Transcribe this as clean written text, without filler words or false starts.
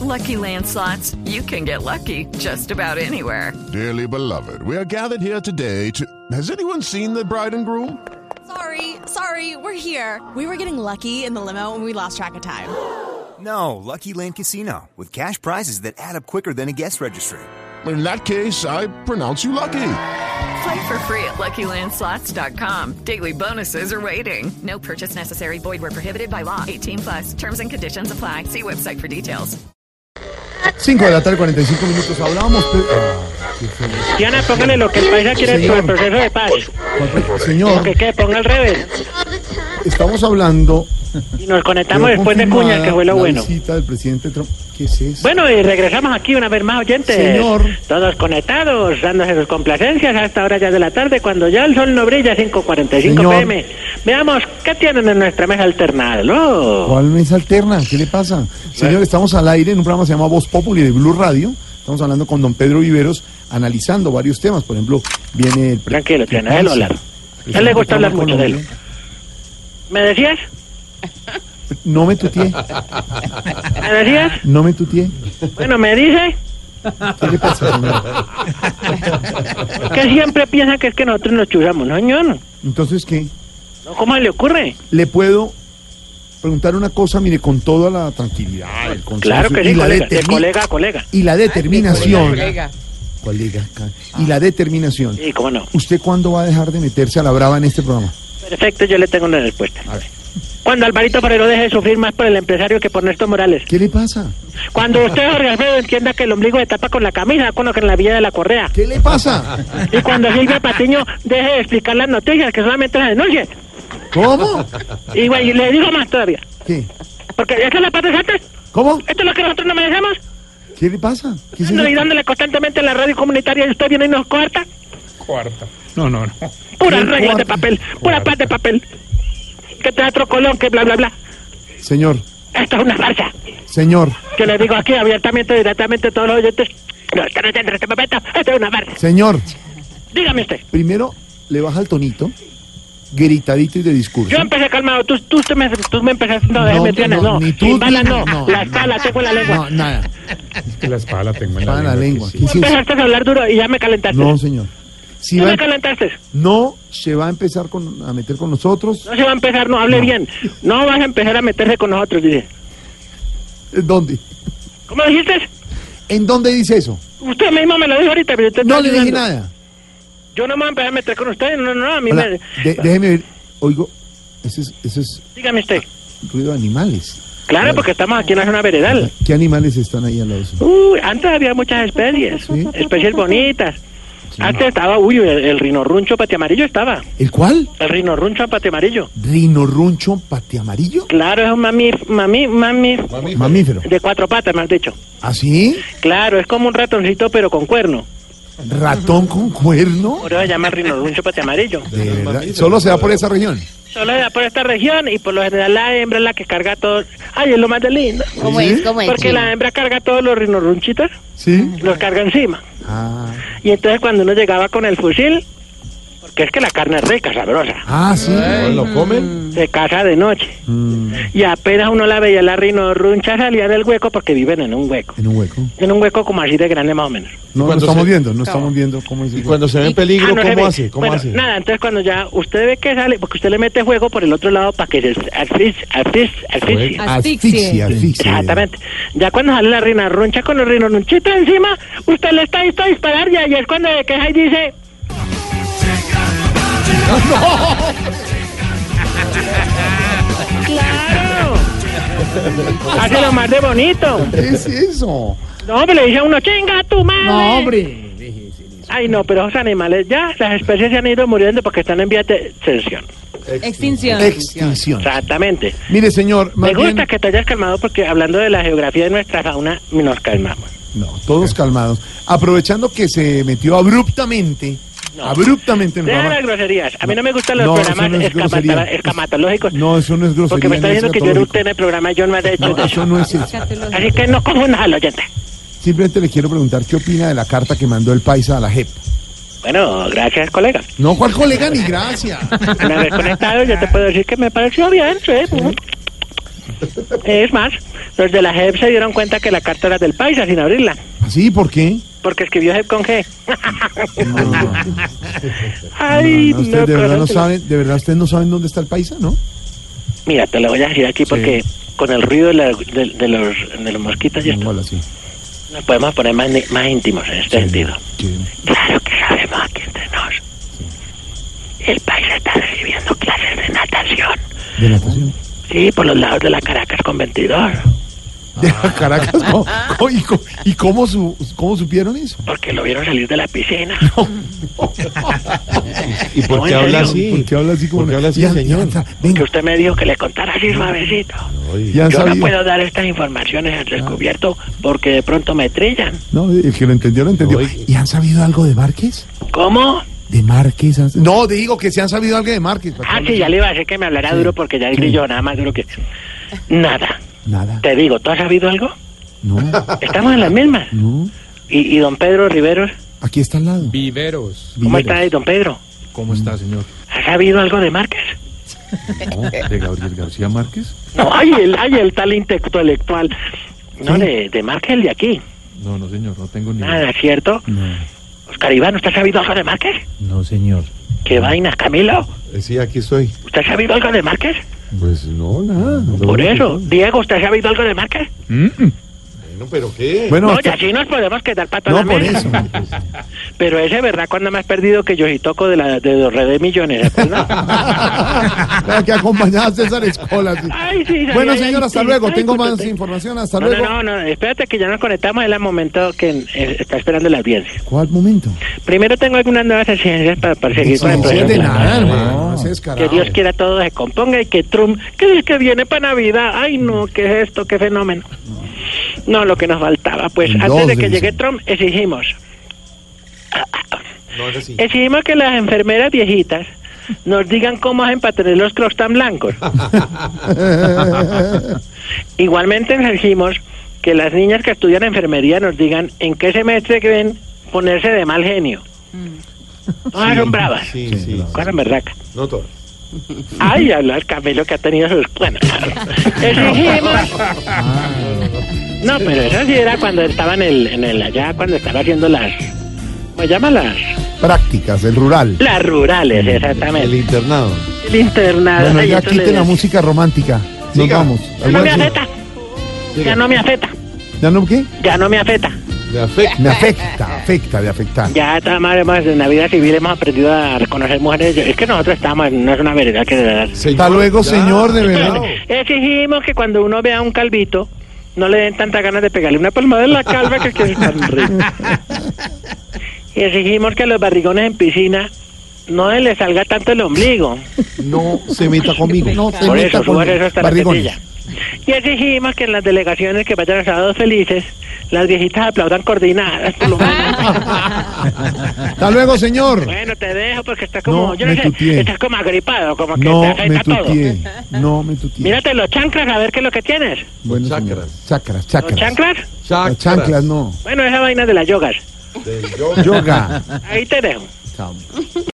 Lucky Land Slots, you can get lucky just about anywhere. Dearly beloved, we are gathered here today to... Has anyone seen the bride and groom? Sorry, we're here. We were getting lucky in the limo and we lost track of time. No, Lucky Land Casino, with cash prizes that add up quicker than a guest registry. In that case, I pronounce you lucky. Play for free at LuckyLandSlots.com. Daily bonuses are waiting. No purchase necessary. Void where prohibited by law. 18+. Terms and conditions apply. See website for details. 5 de la tarde, 45 minutos. Hablábamos... Diana, póngale lo que el paisa quiere para el proceso de paz. Señor, ¿Qué? Ponga al revés. estamos hablando... Y nos conectamos después de Cuña, que fue lo bueno. Visita del presidente Trump. ¿Qué es eso? Bueno, y regresamos aquí una vez más, oyentes. Señor. Todos conectados, dándose sus complacencias a esta hora ya de la tarde, cuando ya el sol no brilla, 5:45 Señor. PM. Veamos, ¿qué tienen en nuestra mesa alternada? ¿No? ¿Cuál mesa alterna? ¿Qué le pasa? Señor, estamos al aire en un programa que se llama Voz Populi de Blue Radio. Estamos hablando con don Pedro Viveros, analizando varios temas. Por ejemplo, viene el... Tranquilo, Diana, déjelo hablar. A él le gusta hablar mucho de él. ¿Me decías? No me tuteé. ¿Me decías? No me tuteé. Bueno, ¿me dice? ¿Qué le pasa, señor? Que siempre piensa que es que nosotros nos chuzamos, ¿no, señor? Entonces, ¿qué? No, ¿cómo se le ocurre? Le puedo preguntar una cosa, mire, con toda la tranquilidad, el consenso Claro que sí, y la colega, de colega a colega. y la determinación. Colega. Colega, y la determinación. Sí, cómo no. ¿Usted cuándo va a dejar de meterse a la brava en este programa? Perfecto, yo le tengo una respuesta. A ver. Cuando Alvarito Forero deje de sufrir más por el empresario que por Néstor Morales. ¿Qué le pasa? Cuando usted, Jorge Alfredo, entienda que el ombligo se tapa con la camisa, con lo que en la vía de la correa. ¿Qué le pasa? Y cuando Silvia Patiño deje de explicar las noticias, que solamente las denuncie. ¿Cómo? Y bueno, y le digo más todavía. ¿Qué? Porque esta es la parte antes. ¿Cómo? Esto es lo que nosotros no merecemos. ¿Qué le pasa? ¿Qué es Y eso? dándole constantemente en la radio comunitaria y usted viene y nos corta. No. Puras ¿Qué reglas de cuarta? papel, pura paz de papel. Que Teatro Colón, que bla, bla, bla. Señor, Esto es una farsa. señor, Que le digo aquí abiertamente, directamente a todos los oyentes. No, esto no es dentro de este momento. Esto es una farsa. señor. Dígame usted. Primero le baja el tonito, gritadito y de discurso. Yo empecé calmado. Tú me empezaste. No, déjeme tienes, no. ni tú, Sin bala, ni- no. La espada tengo en la lengua. No, nada. Es que la espada la tengo en Para la lengua. que ¿Qué sí. es eso? Empezaste a hablar duro y ya me calentaste. No, señor. Si ¿Tú va- me calentaste? no se va a empezar a meter con nosotros. No se va a empezar, no, hable bien. No vas a empezar a meterse con nosotros, dice. ¿En dónde? ¿Cómo dijiste? ¿En dónde dice eso? Usted mismo me lo dijo ahorita, pero usted No está le dije ayudando. nada. Yo no me voy a empezar a meter con usted, no, a mí Hola, me... déjeme ver. Oigo, ese es Dígame usted. ruido de animales. Claro, porque estamos aquí en la zona veredal. ¿Qué animales están ahí al lado suyo? Antes había muchas especies, Sí. especies bonitas. Antes estaba, el rinorruncho patiamarillo estaba. ¿El cuál? El rinorruncho patiamarillo. ¿Rinorruncho patiamarillo? Claro, es un Mamífero. de 4 patas, me has dicho. ¿Ah, sí? Claro, es como un ratoncito, pero con cuerno. ¿Ratón con cuerno? Por eso se llama rinorruncho patiamarillo. De verdad. ¿Solo se da por esa región? Solo da por esta región y por lo general la hembra es la que carga todo. Ay, es lo más de lindo. ¿Cómo es? ¿Cómo es? Porque Chino? la hembra carga todos los rinorrunchitos, ¿Sí? los carga encima. Ah, Y entonces cuando uno llegaba con el fusil, porque es que la carne es rica, sabrosa, sí. ¿Lo comen? se caza de noche. Mm, Y apenas uno la veía, la rinorruncha salía del hueco porque viven en un hueco. en un hueco. En un hueco como así de grande más o menos. No, no cuando estamos se- viendo, no estamos viendo cómo es el Y cuando se ve en peligro, Ah, no se ¿cómo ve. hace? ¿Cómo Bueno, hace? nada, entonces cuando ya usted ve que sale, porque usted le mete fuego por el otro lado para que se asfixie. Asfixia, asfixia. Exactamente. Ya cuando sale la rinorruncha con el rinorrunchito encima, usted le está listo a disparar y ahí es cuando se queja y dice... ¡Claro! Hace lo más de bonito. ¿Qué es eso? No, pero le dice a uno, chinga tu madre. No, hombre. Ay, no, pero esos animales ya, las especies se han ido muriendo porque están en vía de extinción. Extinción. Extinción. Exactamente. Mire, señor, Me más gusta bien... que te hayas calmado porque hablando de la geografía de nuestra fauna, nos calmamos. No, todos calmados. Aprovechando que se metió abruptamente No. en el Deja las programa. groserías. A mí no me gustan los No, eso programas no es grosería. escamatológicos. No, eso no es grosería. Porque me está ni es diciendo que yo era escatológico. usted en el programa y yo no he hecho No, eso no es eso. Así que no confundas al oyente. Simplemente le quiero preguntar qué opina de la carta que mandó el paisa a la JEP. Bueno, gracias, colega. No, ¿cuál colega? Ni gracias. Una vez conectado, yo te puedo decir que me pareció bien, sí. Es más, los de la JEP se dieron cuenta que la carta era del Paisa sin abrirla. ¿Así? ¿Por qué? Porque escribió JEP con G. Ay, Ustedes de verdad no corazón. saben, de verdad ustedes no saben dónde está el paisa, ¿no? Mira, te lo voy a decir aquí porque con el ruido de los mosquitos y esto, Hola, sí. nos podemos poner más íntimos en este sentido. Sí. Claro que sabemos aquí entre nos. El país está recibiendo clases de natación. ¿De natación? Sí, por los lados de la Caracas con 22. ¿De la Caracas? ¿Y cómo supieron eso? Porque lo vieron salir de la piscina. ¿Y por No, qué en habla serio. así? ¿Por qué habla así como ¿Por qué habla así, Ya, señor? ya, Que venga, usted me dijo que le contara así suavecito. ya han Yo no sabido. puedo dar estas informaciones al descubierto porque de pronto me trillan. No, el que lo entendió, lo entendió. Oiga. ¿Y han sabido algo de Márquez? ¿Cómo? ¿De Márquez? No, digo que se han sabido algo de Márquez. Ah, sí, ya le iba a decir que me hablará duro porque ya el grillo nada más duro que... Nada. Nada. Te digo, ¿tú has sabido algo? No, Estamos en las mismas. no. ¿Y don Pedro Riveros? Aquí está al lado. Viveros. ¿Cómo está ahí, don Pedro? ¿Cómo está, señor? ¿Has sabido algo de Márquez? No, ¿de Gabriel García Márquez? No, ay, el tal intelectual. No, de Márquez, el de aquí. No, señor, no tengo ni Nada, ¿cierto? No. Oscar Iván, ¿usted ha sabido algo de Márquez? No, señor. ¿Qué vainas, Camilo? Sí, aquí estoy. ¿Usted ha sabido algo de Márquez? Pues no, nada. Por eso. Diego, ¿usted ha sabido algo de Márquez? Bueno, ¿pero qué? Bueno, No, hasta- ya sí nos podemos quedar para toda no, la por mesa. eso. Pero ese, ¿verdad? Cuando me has perdido que yo sí toco de los Red de Millones, ¿se acuerda? Vea que acompañaba a César Escola. Sí. Ay, sí, Bueno, ay, señor, ay, hasta sí. luego. Ay, Tengo puta, más sí. información. Hasta No, luego. no, espérate que ya nos conectamos, es el momento que está esperando la audiencia. ¿Cuál momento? Primero tengo algunas nuevas exigencias para seguir con el Exigencias de proceso. nada, hermano. No seas Que descarado. Dios quiera todo se componga y que Trump, que es que viene para Navidad. Ay, no, ¿qué es esto? ¿Qué fenómeno? No, lo que nos faltaba. Pues El antes 2 de que de llegue diciembre. Trump, exigimos. No es así. Exigimos que las enfermeras viejitas nos digan cómo hacen para tener los crocs tan blancos. Igualmente exigimos que las niñas que estudian enfermería nos digan en qué semestre quieren ponerse de mal genio. No, son bravas. Sí. Cosas berracas. No todo. Ay, hablar Camilo que ha tenido sus... Bueno, exigimos... No, pero eso sí era cuando estaba en el allá, cuando estaba haciendo las... ¿Cómo se llama? Prácticas, el rural. Las rurales, El exactamente. internado. El internado. Bueno, Ay, ya eso quite le- la música romántica. Nos Siga. vamos. Ya no me Almuerzo. afecta. Ya no me afecta. ¿Ya no qué? Ya no me afecta. Me afecta. Me afecta de afectar. Ya esta madre más de Navidad Civil hemos aprendido a reconocer mujeres. Es que nosotros estamos, no es una verdad que de verdad. Hasta luego, señor, de verdad. Chao. Exigimos que cuando uno vea a un calvito, no le den tantas ganas de pegarle una palmada en la calva que es tan rico. Y exigimos que a los barrigones en piscina no les salga tanto el ombligo. No se meta conmigo. No se Por meta eso, suba eso conmigo. hasta la Barrigones. tetilla. Y exigimos que en las delegaciones que vayan a sábados felices, las viejitas aplaudan coordinadas, por lo menos. Hasta luego, señor. Bueno, te dejo porque estás como, No, yo no me sé, tuteé. estás como agripado, como que No te me afecta todo. tutié. No me tutié. Mírate los chanclas a ver qué es lo que tienes. Bueno, Los señor. chakras. Chakras. ¿Los chanclas? Las chanclas no. Bueno, esa vaina de las yogas. Del yoga. Yoga. Ahí te dejo. Chao.